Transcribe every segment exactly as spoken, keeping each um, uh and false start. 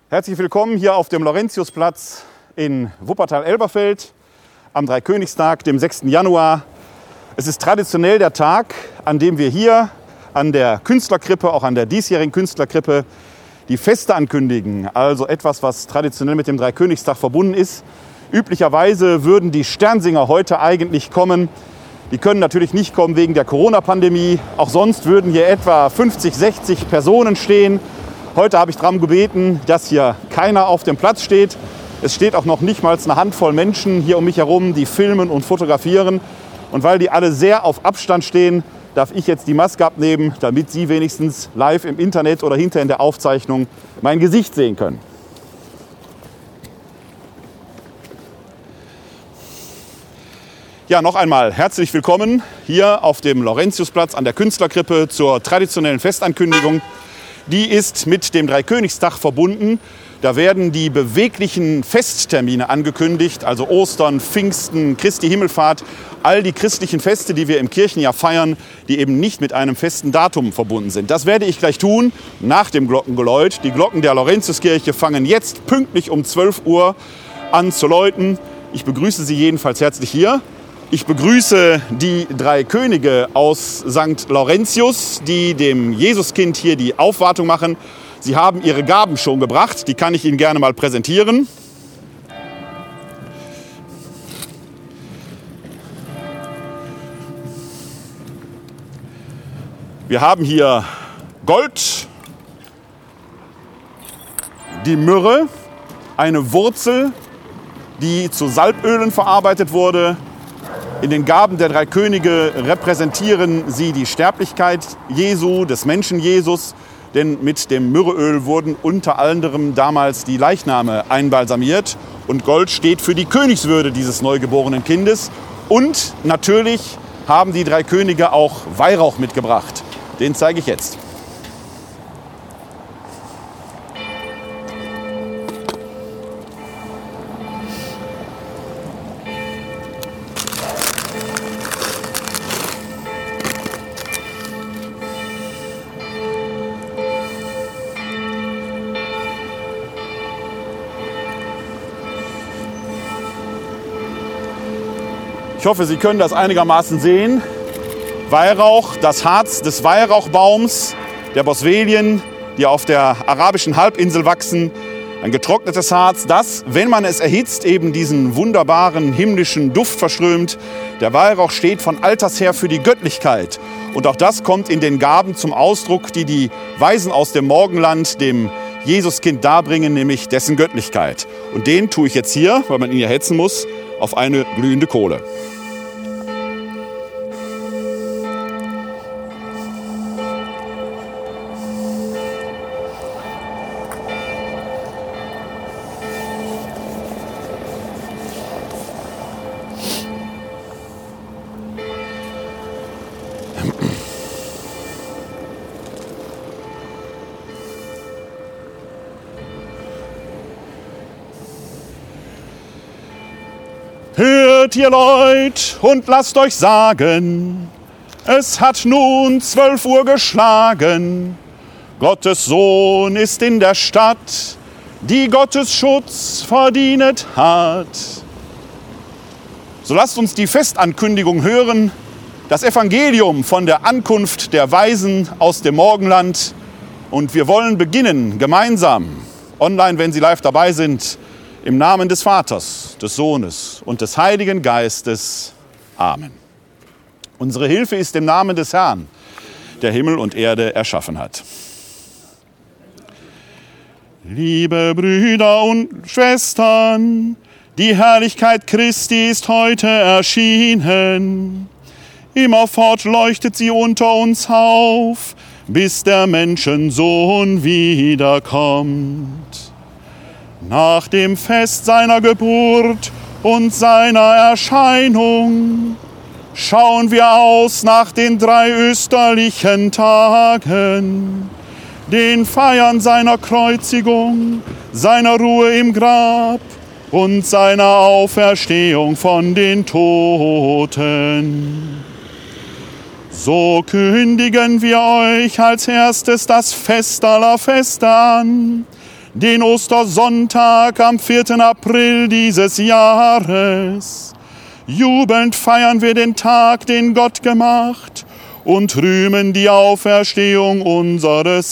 Herzlich willkommen hier auf dem Laurentiusplatz in Wuppertal-Elberfeld am Dreikönigstag, dem sechsten Januar. Es ist traditionell der Tag, an dem wir hier an der Künstlerkrippe, auch an der diesjährigen Künstlerkrippe, die Feste ankündigen. Also etwas, was traditionell mit dem Dreikönigstag verbunden ist. Üblicherweise würden die Sternsinger heute eigentlich kommen. Die können natürlich nicht kommen wegen der Corona-Pandemie. Auch sonst würden hier etwa fünfzig, sechzig Personen stehen. Heute habe ich darum gebeten, dass hier keiner auf dem Platz steht. Es steht auch noch nicht mal eine Handvoll Menschen hier um mich herum, die filmen und fotografieren. Und weil die alle sehr auf Abstand stehen, darf ich jetzt die Maske abnehmen, damit Sie wenigstens live im Internet oder hinter in der Aufzeichnung mein Gesicht sehen können. Ja, noch einmal herzlich willkommen hier auf dem Laurentiusplatz an der Künstlerkrippe zur traditionellen Festankündigung. Die ist mit dem Dreikönigstag verbunden. Da werden die beweglichen Festtermine angekündigt, also Ostern, Pfingsten, Christi Himmelfahrt, all die christlichen Feste, die wir im Kirchenjahr feiern, die eben nicht mit einem festen Datum verbunden sind. Das werde ich gleich tun, nach dem Glockengeläut. Die Glocken der Laurentiuskirche fangen jetzt pünktlich um zwölf Uhr an zu läuten. Ich begrüße Sie jedenfalls herzlich hier. Ich begrüße die drei Könige aus Sankt Laurentius, die dem Jesuskind hier die Aufwartung machen. Sie haben ihre Gaben schon gebracht, die kann ich Ihnen gerne mal präsentieren. Wir haben hier Gold, die Myrrhe, eine Wurzel, die zu Salbölen verarbeitet wurde. In den Gaben der drei Könige repräsentieren sie die Sterblichkeit Jesu, des Menschen Jesus. Denn mit dem Myrrheöl wurden unter anderem damals die Leichname einbalsamiert. Und Gold steht für die Königswürde dieses neugeborenen Kindes. Und natürlich haben die drei Könige auch Weihrauch mitgebracht. Den zeige ich jetzt. Ich hoffe, Sie können das einigermaßen sehen. Weihrauch, das Harz des Weihrauchbaums, der Boswellien, die auf der arabischen Halbinsel wachsen. Ein getrocknetes Harz, das, wenn man es erhitzt, eben diesen wunderbaren himmlischen Duft verströmt. Der Weihrauch steht von alters her für die Göttlichkeit. Und auch das kommt in den Gaben zum Ausdruck, die die Weisen aus dem Morgenland dem Jesuskind darbringen, nämlich dessen Göttlichkeit. Und den tue ich jetzt hier, weil man ihn ja erhitzen muss, auf eine glühende Kohle. Hört ihr Leut und lasst euch sagen, es hat nun zwölf Uhr geschlagen. Gottes Sohn ist in der Stadt, die Gottes Schutz verdient hat. So lasst uns die Festankündigung hören, das Evangelium von der Ankunft der Weisen aus dem Morgenland. Und wir wollen beginnen, gemeinsam, online, wenn Sie live dabei sind, im Namen des Vaters, des Sohnes und des Heiligen Geistes. Amen. Unsere Hilfe ist im Namen des Herrn, der Himmel und Erde erschaffen hat. Liebe Brüder und Schwestern, die Herrlichkeit Christi ist heute erschienen. Immerfort leuchtet sie unter uns auf, bis der Menschensohn wiederkommt. Nach dem Fest seiner Geburt und seiner Erscheinung schauen wir aus nach den drei österlichen Tagen, den Feiern seiner Kreuzigung, seiner Ruhe im Grab und seiner Auferstehung von den Toten. So kündigen wir euch als erstes das Fest aller Feste an, den Ostersonntag am vierten April dieses Jahres. Jubelnd feiern wir den Tag, den Gott gemacht, und rühmen die Auferstehung unseres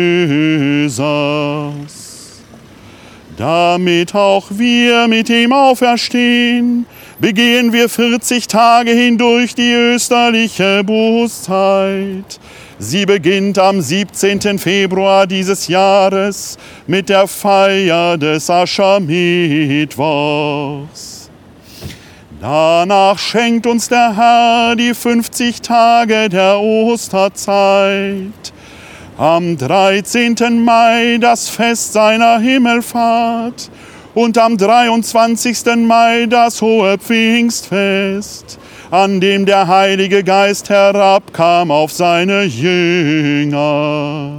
Erlösers. Damit auch wir mit ihm auferstehen, begehen wir vierzig Tage hindurch die österliche Bußzeit. Sie beginnt am siebzehnten Februar dieses Jahres mit der Feier des Aschermittwochs. Danach schenkt uns der Herr die fünfzig Tage der Osterzeit. Am dreizehnten Mai das Fest seiner Himmelfahrt und am dreiundzwanzigsten Mai das hohe Pfingstfest, an dem der Heilige Geist herabkam auf seine Jünger.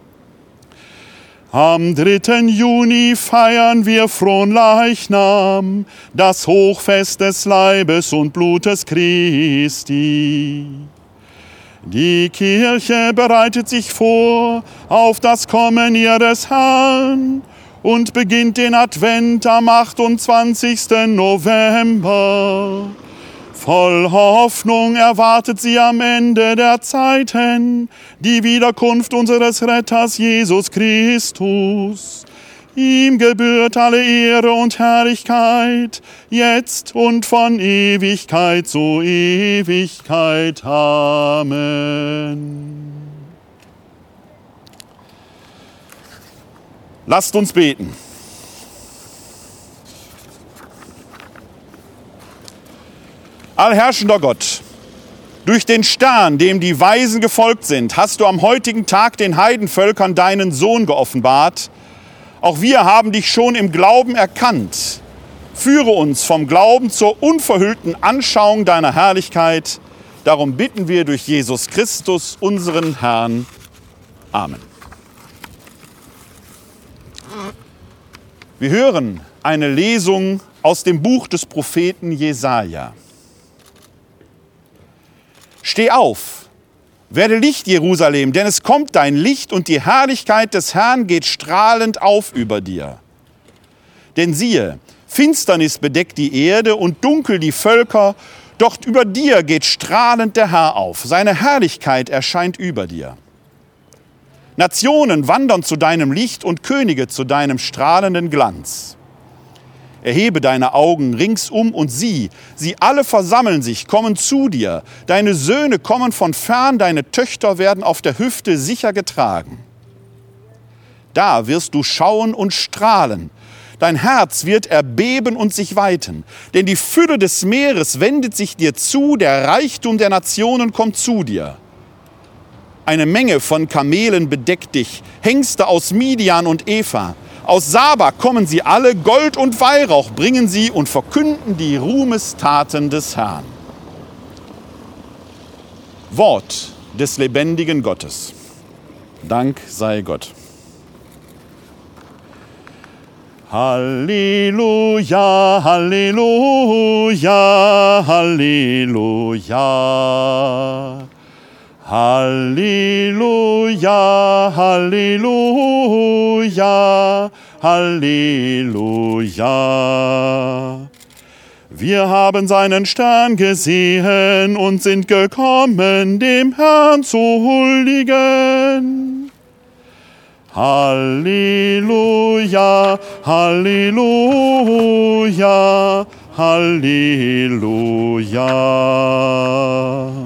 Am dritten Juni feiern wir Fronleichnam, das Hochfest des Leibes und Blutes Christi. Die Kirche bereitet sich vor auf das Kommen ihres Herrn und beginnt den Advent am achtundzwanzigsten November. Voll Hoffnung erwartet sie am Ende der Zeiten die Wiederkunft unseres Retters Jesus Christus. Ihm gebührt alle Ehre und Herrlichkeit, jetzt und von Ewigkeit zu Ewigkeit. Amen. Lasst uns beten. Allherrschender Gott, durch den Stern, dem die Weisen gefolgt sind, hast du am heutigen Tag den Heidenvölkern deinen Sohn geoffenbart. Auch wir haben dich schon im Glauben erkannt. Führe uns vom Glauben zur unverhüllten Anschauung deiner Herrlichkeit. Darum bitten wir durch Jesus Christus, unseren Herrn. Amen. Wir hören eine Lesung aus dem Buch des Propheten Jesaja. Steh auf, werde Licht, Jerusalem, denn es kommt dein Licht und die Herrlichkeit des Herrn geht strahlend auf über dir. Denn siehe, Finsternis bedeckt die Erde und dunkel die Völker, doch über dir geht strahlend der Herr auf, seine Herrlichkeit erscheint über dir. Nationen wandern zu deinem Licht und Könige zu deinem strahlenden Glanz. Erhebe deine Augen ringsum und sieh, sie alle versammeln sich, kommen zu dir. Deine Söhne kommen von fern, deine Töchter werden auf der Hüfte sicher getragen. Da wirst du schauen und strahlen. Dein Herz wird erbeben und sich weiten. Denn die Fülle des Meeres wendet sich dir zu, der Reichtum der Nationen kommt zu dir. Eine Menge von Kamelen bedeckt dich, Hengste aus Midian und Eva. Aus Saba kommen sie alle, Gold und Weihrauch bringen sie und verkünden die Ruhmestaten des Herrn. Wort des lebendigen Gottes. Dank sei Gott. Halleluja, Halleluja, Halleluja. Halleluja, Halleluja, Halleluja. Wir haben seinen Stern gesehen und sind gekommen, dem Herrn zu huldigen. Halleluja, Halleluja, Halleluja.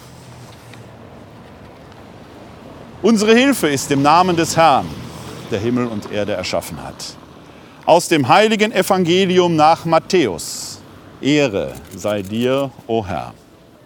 Unsere Hilfe ist im Namen des Herrn, der Himmel und Erde erschaffen hat. Aus dem heiligen Evangelium nach Matthäus. Ehre sei dir, o Herr.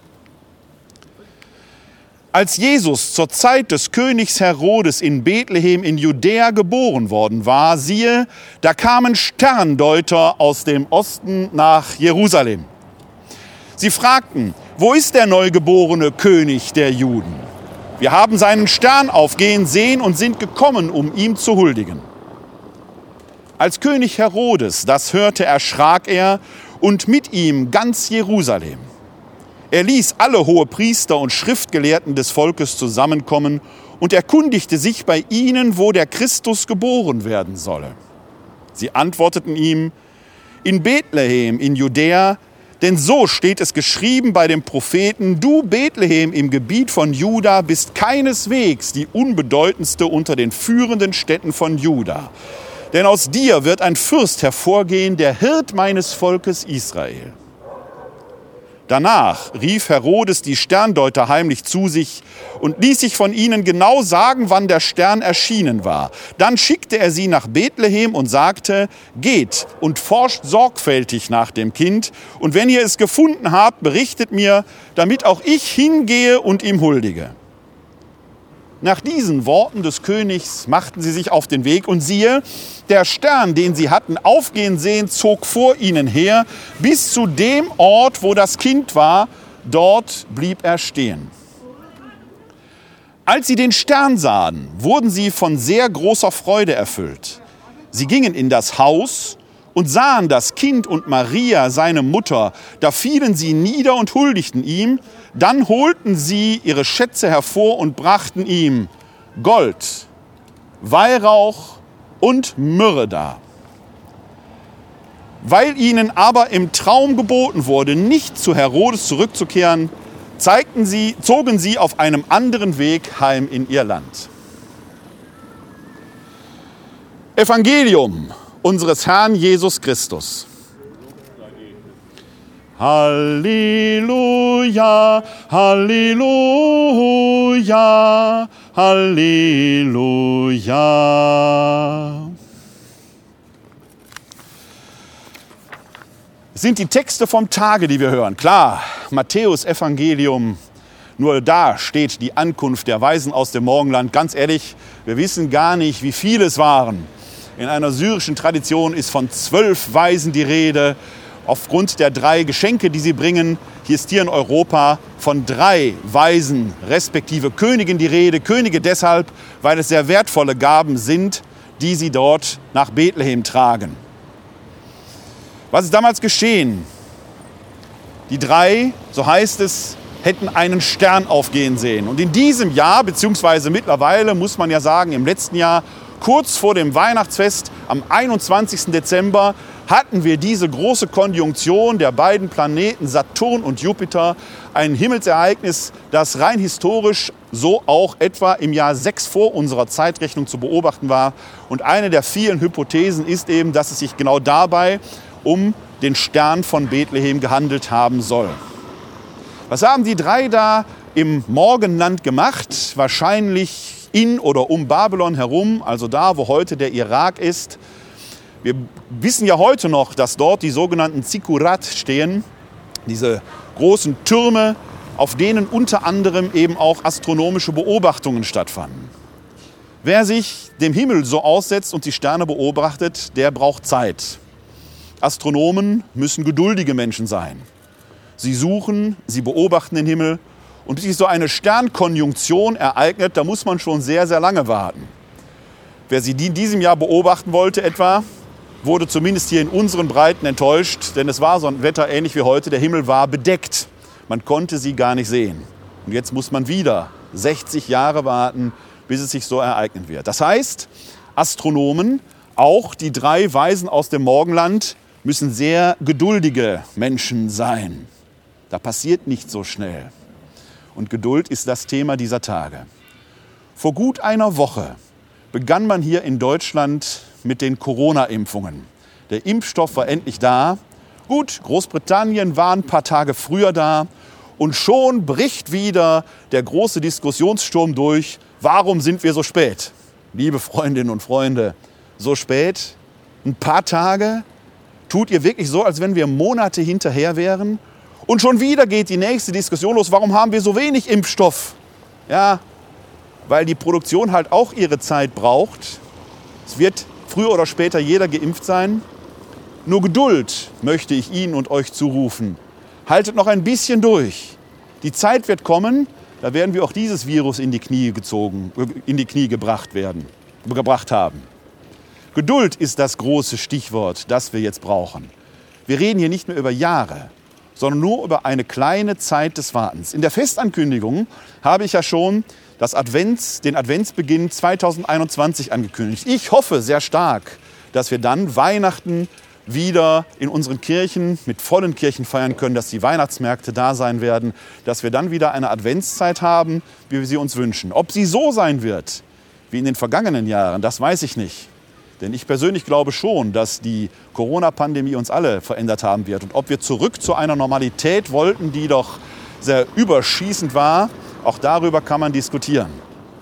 Als Jesus zur Zeit des Königs Herodes in Bethlehem in Judäa geboren worden war, siehe, da kamen Sterndeuter aus dem Osten nach Jerusalem. Sie fragten, wo ist der neugeborene König der Juden? Wir haben seinen Stern aufgehen sehen und sind gekommen, um ihm zu huldigen. Als König Herodes das hörte, erschrak er und mit ihm ganz Jerusalem. Er ließ alle Hohepriester und Schriftgelehrten des Volkes zusammenkommen und erkundigte sich bei ihnen, wo der Christus geboren werden solle. Sie antworteten ihm: In Bethlehem in Judäa, denn so steht es geschrieben bei dem Propheten: Du Bethlehem im Gebiet von Juda bist keineswegs die unbedeutendste unter den führenden Städten von Juda. Denn aus dir wird ein Fürst hervorgehen, der Hirt meines Volkes Israel. Danach rief Herodes die Sterndeuter heimlich zu sich und ließ sich von ihnen genau sagen, wann der Stern erschienen war. Dann schickte er sie nach Bethlehem und sagte: Geht und forscht sorgfältig nach dem Kind, und wenn ihr es gefunden habt, berichtet mir, damit auch ich hingehe und ihm huldige. Nach diesen Worten des Königs machten sie sich auf den Weg, und siehe, der Stern, den sie hatten aufgehen sehen, zog vor ihnen her, bis zu dem Ort, wo das Kind war. Dort blieb er stehen. Als sie den Stern sahen, wurden sie von sehr großer Freude erfüllt. Sie gingen in das Haus und sahen das Kind und Maria, seine Mutter. Da fielen sie nieder und huldigten ihm. Dann holten sie ihre Schätze hervor und brachten ihm Gold, Weihrauch und Myrrhe dar. Weil ihnen aber im Traum geboten wurde, nicht zu Herodes zurückzukehren, zeigten sie, zogen sie auf einem anderen Weg heim in ihr Land. Evangelium unseres Herrn Jesus Christus. Halleluja, Halleluja, Halleluja. Es sind die Texte vom Tage, die wir hören. Klar, Matthäus Evangelium, nur da steht die Ankunft der Weisen aus dem Morgenland. Ganz ehrlich, wir wissen gar nicht, wie viele es waren. In einer syrischen Tradition ist von zwölf Weisen die Rede. Aufgrund der drei Geschenke, die sie bringen, hier ist hier in Europa von drei Weisen, respektive Königen die Rede. Könige deshalb, weil es sehr wertvolle Gaben sind, die sie dort nach Bethlehem tragen. Was ist damals geschehen? Die drei, so heißt es, hätten einen Stern aufgehen sehen. Und in diesem Jahr, beziehungsweise mittlerweile, muss man ja sagen, im letzten Jahr, kurz vor dem Weihnachtsfest, am einundzwanzigsten Dezember, hatten wir diese große Konjunktion der beiden Planeten Saturn und Jupiter, ein Himmelsereignis, das rein historisch so auch etwa im Jahr sechs vor unserer Zeitrechnung zu beobachten war. Und eine der vielen Hypothesen ist eben, dass es sich genau dabei um den Stern von Bethlehem gehandelt haben soll. Was haben die drei da im Morgenland gemacht? Wahrscheinlich in oder um Babylon herum, also da, wo heute der Irak ist. Wir wissen ja heute noch, dass dort die sogenannten Zikkurat stehen, diese großen Türme, auf denen unter anderem eben auch astronomische Beobachtungen stattfanden. Wer sich dem Himmel so aussetzt und die Sterne beobachtet, der braucht Zeit. Astronomen müssen geduldige Menschen sein. Sie suchen, sie beobachten den Himmel, und bis sich so eine Sternkonjunktion ereignet, da muss man schon sehr, sehr lange warten. Wer sie in diesem Jahr beobachten wollte etwa, wurde zumindest hier in unseren Breiten enttäuscht, denn es war so ein Wetter ähnlich wie heute, der Himmel war bedeckt. Man konnte sie gar nicht sehen. Und jetzt muss man wieder sechzig Jahre warten, bis es sich so ereignen wird. Das heißt, Astronomen, auch die drei Weisen aus dem Morgenland, müssen sehr geduldige Menschen sein. Da passiert nicht so schnell. Und Geduld ist das Thema dieser Tage. Vor gut einer Woche begann man hier in Deutschland mit den Corona-Impfungen. Der Impfstoff war endlich da. Gut, Großbritannien war ein paar Tage früher da. Und schon bricht wieder der große Diskussionssturm durch. Warum sind wir so spät? Liebe Freundinnen und Freunde, so spät? Ein paar Tage? Tut ihr wirklich so, als wenn wir Monate hinterher wären? Und schon wieder geht die nächste Diskussion los. Warum haben wir so wenig Impfstoff? Ja, weil die Produktion halt auch ihre Zeit braucht. Es wird früher oder später jeder geimpft sein. Nur Geduld möchte ich Ihnen und euch zurufen. Haltet noch ein bisschen durch. Die Zeit wird kommen, da werden wir auch dieses Virus in die Knie gezogen, in die Knie gebracht werden, gebracht haben. Geduld ist das große Stichwort, das wir jetzt brauchen. Wir reden hier nicht mehr über Jahre, sondern nur über eine kleine Zeit des Wartens. In der Festankündigung habe ich ja schon das Advents, den Adventsbeginn zweitausendeinundzwanzig angekündigt. Ich hoffe sehr stark, dass wir dann Weihnachten wieder in unseren Kirchen mit vollen Kirchen feiern können, dass die Weihnachtsmärkte da sein werden, dass wir dann wieder eine Adventszeit haben, wie wir sie uns wünschen. Ob sie so sein wird wie in den vergangenen Jahren, das weiß ich nicht. Denn ich persönlich glaube schon, dass die Corona-Pandemie uns alle verändert haben wird. Und ob wir zurück zu einer Normalität wollten, die doch sehr überschießend war, auch darüber kann man diskutieren.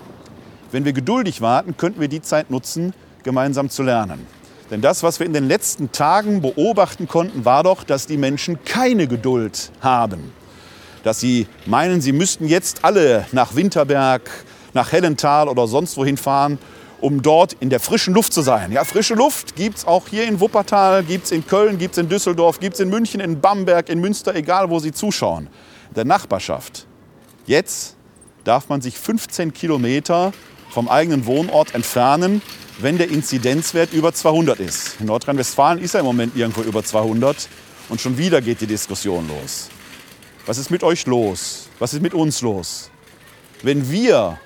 Wenn wir geduldig warten, könnten wir die Zeit nutzen, gemeinsam zu lernen. Denn das, was wir in den letzten Tagen beobachten konnten, war doch, dass die Menschen keine Geduld haben. Dass sie meinen, sie müssten jetzt alle nach Winterberg, nach Hellenthal oder sonst wohin fahren, um dort in der frischen Luft zu sein. Ja, frische Luft gibt es auch hier in Wuppertal, gibt es in Köln, gibt es in Düsseldorf, gibt es in München, in Bamberg, in Münster, egal wo Sie zuschauen. In der Nachbarschaft. Jetzt darf man sich fünfzehn Kilometer vom eigenen Wohnort entfernen, wenn der Inzidenzwert über zweihundert ist. In Nordrhein-Westfalen ist er im Moment irgendwo über zweihundert und schon wieder geht die Diskussion los. Was ist mit euch los? Was ist mit uns los? Wenn wir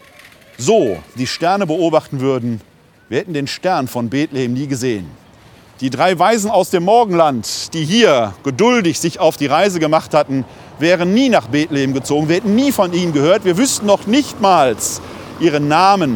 so die Sterne beobachten würden, wir hätten den Stern von Bethlehem nie gesehen. Die drei Weisen aus dem Morgenland, die hier geduldig sich auf die Reise gemacht hatten, wären nie nach Bethlehem gezogen. Wir hätten nie von ihnen gehört. Wir wüssten noch nicht mal ihre Namen.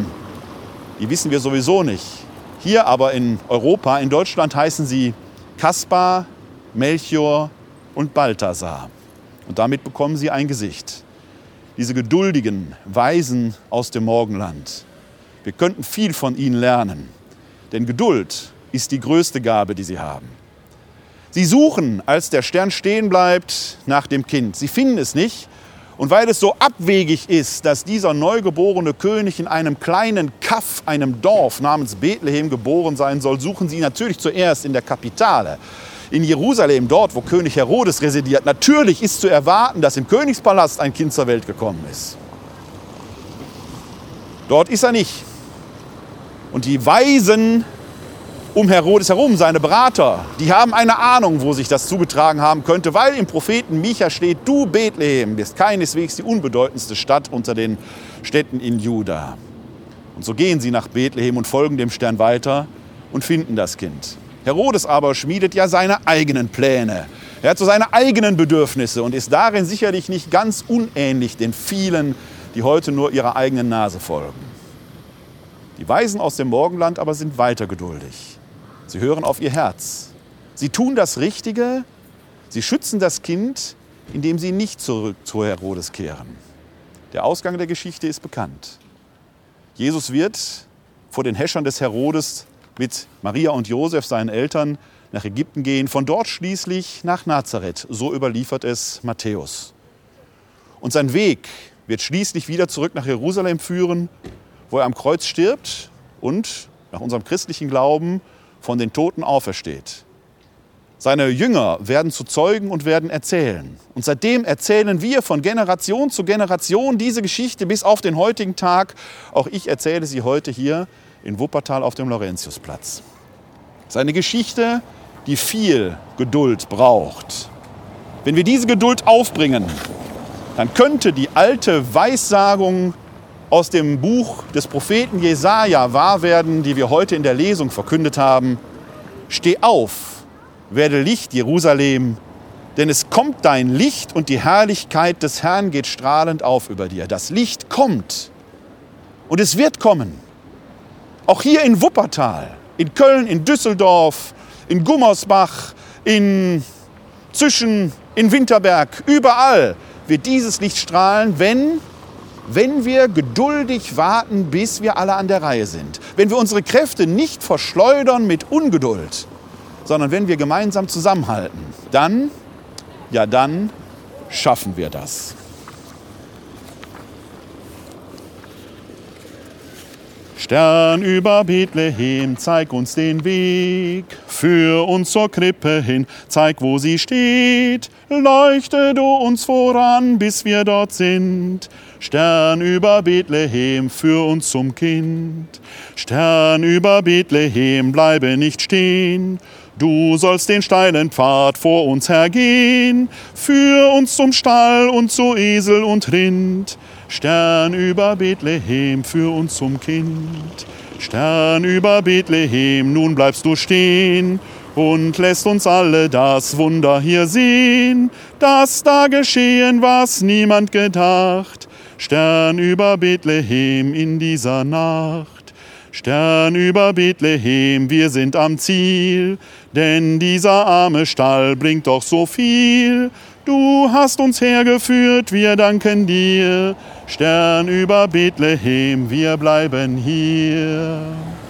Die wissen wir sowieso nicht. Hier aber in Europa, in Deutschland heißen sie Kaspar, Melchior und Balthasar. Und damit bekommen sie ein Gesicht. Diese geduldigen Weisen aus dem Morgenland. Wir könnten viel von ihnen lernen. Denn Geduld ist die größte Gabe, die sie haben. Sie suchen, als der Stern stehen bleibt, nach dem Kind. Sie finden es nicht. Und weil es so abwegig ist, dass dieser neugeborene König in einem kleinen Kaff, einem Dorf namens Bethlehem geboren sein soll, suchen sie natürlich zuerst in der Kapitale, in Jerusalem, dort, wo König Herodes residiert. Natürlich ist zu erwarten, dass im Königspalast ein Kind zur Welt gekommen ist. Dort ist er nicht. Und die Weisen um Herodes herum, seine Berater, die haben eine Ahnung, wo sich das zugetragen haben könnte, weil im Propheten Micha steht, du Bethlehem bist keineswegs die unbedeutendste Stadt unter den Städten in Juda. Und so gehen sie nach Bethlehem und folgen dem Stern weiter und finden das Kind. Herodes aber schmiedet ja seine eigenen Pläne. Er hat so seine eigenen Bedürfnisse und ist darin sicherlich nicht ganz unähnlich den vielen, die heute nur ihrer eigenen Nase folgen. Die Weisen aus dem Morgenland aber sind weiter geduldig. Sie hören auf ihr Herz. Sie tun das Richtige. Sie schützen das Kind, indem sie nicht zurück zu Herodes kehren. Der Ausgang der Geschichte ist bekannt. Jesus wird vor den Häschern des Herodes mit Maria und Josef, seinen Eltern, nach Ägypten gehen, von dort schließlich nach Nazareth. So überliefert es Matthäus. Und sein Weg wird schließlich wieder zurück nach Jerusalem führen, wo er am Kreuz stirbt und nach unserem christlichen Glauben von den Toten aufersteht. Seine Jünger werden zu Zeugen und werden erzählen. Und seitdem erzählen wir von Generation zu Generation diese Geschichte bis auf den heutigen Tag. Auch ich erzähle sie heute hier in Wuppertal auf dem Laurentiusplatz. Seine Geschichte, die viel Geduld braucht. Wenn wir diese Geduld aufbringen, dann könnte die alte Weissagung aus dem Buch des Propheten Jesaja wahr werden, die wir heute in der Lesung verkündet haben. Steh auf, werde Licht, Jerusalem, denn es kommt dein Licht und die Herrlichkeit des Herrn geht strahlend auf über dir. Das Licht kommt und es wird kommen. Auch hier in Wuppertal, in Köln, in Düsseldorf, in Gummersbach, in Züschen, in Winterberg, überall wird dieses Licht strahlen, wenn wenn wir geduldig warten, bis wir alle an der Reihe sind. Wenn wir unsere Kräfte nicht verschleudern mit Ungeduld, sondern wenn wir gemeinsam zusammenhalten, dann, ja dann schaffen wir das. Stern über Bethlehem, zeig uns den Weg, führ uns zur Krippe hin, zeig, wo sie steht, leuchte du uns voran, bis wir dort sind. Stern über Bethlehem, führ uns zum Kind. Stern über Bethlehem, bleibe nicht stehen, du sollst den steilen Pfad vor uns hergehen, führ uns zum Stall und zu Esel und Rind. Stern über Bethlehem, führ uns zum Kind. Stern über Bethlehem, nun bleibst du stehen und lässt uns alle das Wunder hier sehen, dass da geschehen, was niemand gedacht. Stern über Bethlehem in dieser Nacht. Stern über Bethlehem, wir sind am Ziel, denn dieser arme Stall bringt doch so viel. Du hast uns hergeführt, wir danken dir. Stern über Bethlehem, wir bleiben hier.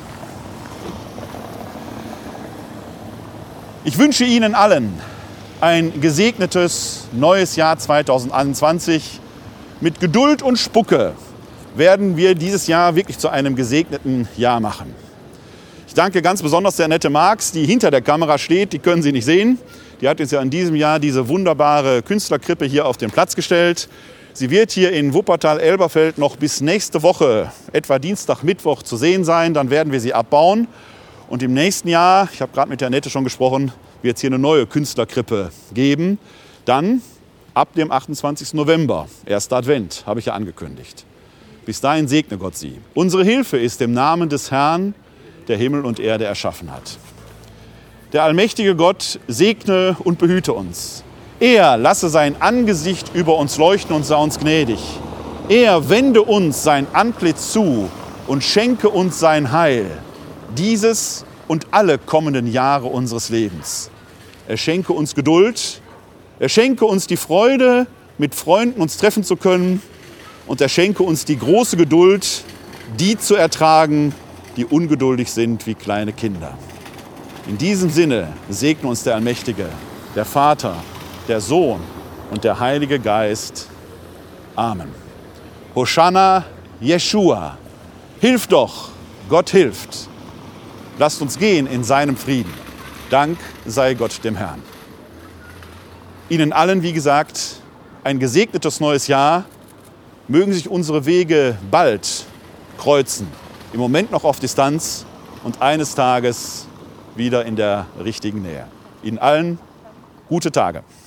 Ich wünsche Ihnen allen ein gesegnetes neues Jahr zweitausendeinundzwanzig. Mit Geduld und Spucke werden wir dieses Jahr wirklich zu einem gesegneten Jahr machen. Ich danke ganz besonders der Annette Marx, die hinter der Kamera steht. Die können Sie nicht sehen. Die hat jetzt ja in diesem Jahr diese wunderbare Künstlerkrippe hier auf den Platz gestellt. Sie wird hier in Wuppertal-Elberfeld noch bis nächste Woche, etwa Dienstag, Mittwoch, zu sehen sein. Dann werden wir sie abbauen. Und im nächsten Jahr, ich habe gerade mit der Annette schon gesprochen, wird es hier eine neue Künstlerkrippe geben. Dann ab dem achtundzwanzigsten November, erster Advent, habe ich ja angekündigt. Bis dahin segne Gott Sie. Unsere Hilfe ist im Namen des Herrn, der Himmel und Erde erschaffen hat. Der allmächtige Gott segne und behüte uns. Er lasse sein Angesicht über uns leuchten und sei uns gnädig. Er wende uns sein Antlitz zu und schenke uns sein Heil, dieses und alle kommenden Jahre unseres Lebens. Er schenke uns Geduld, er schenke uns die Freude, mit Freunden uns treffen zu können, und er schenke uns die große Geduld, die zu ertragen, die ungeduldig sind wie kleine Kinder. In diesem Sinne segne uns der Allmächtige, der Vater, der Sohn und der Heilige Geist. Amen. Hosanna, Jeshua. Hilf doch, Gott hilft. Lasst uns gehen in seinem Frieden. Dank sei Gott dem Herrn. Ihnen allen, wie gesagt, ein gesegnetes neues Jahr. Mögen sich unsere Wege bald kreuzen, im Moment noch auf Distanz und eines Tages wieder in der richtigen Nähe. Ihnen allen gute Tage.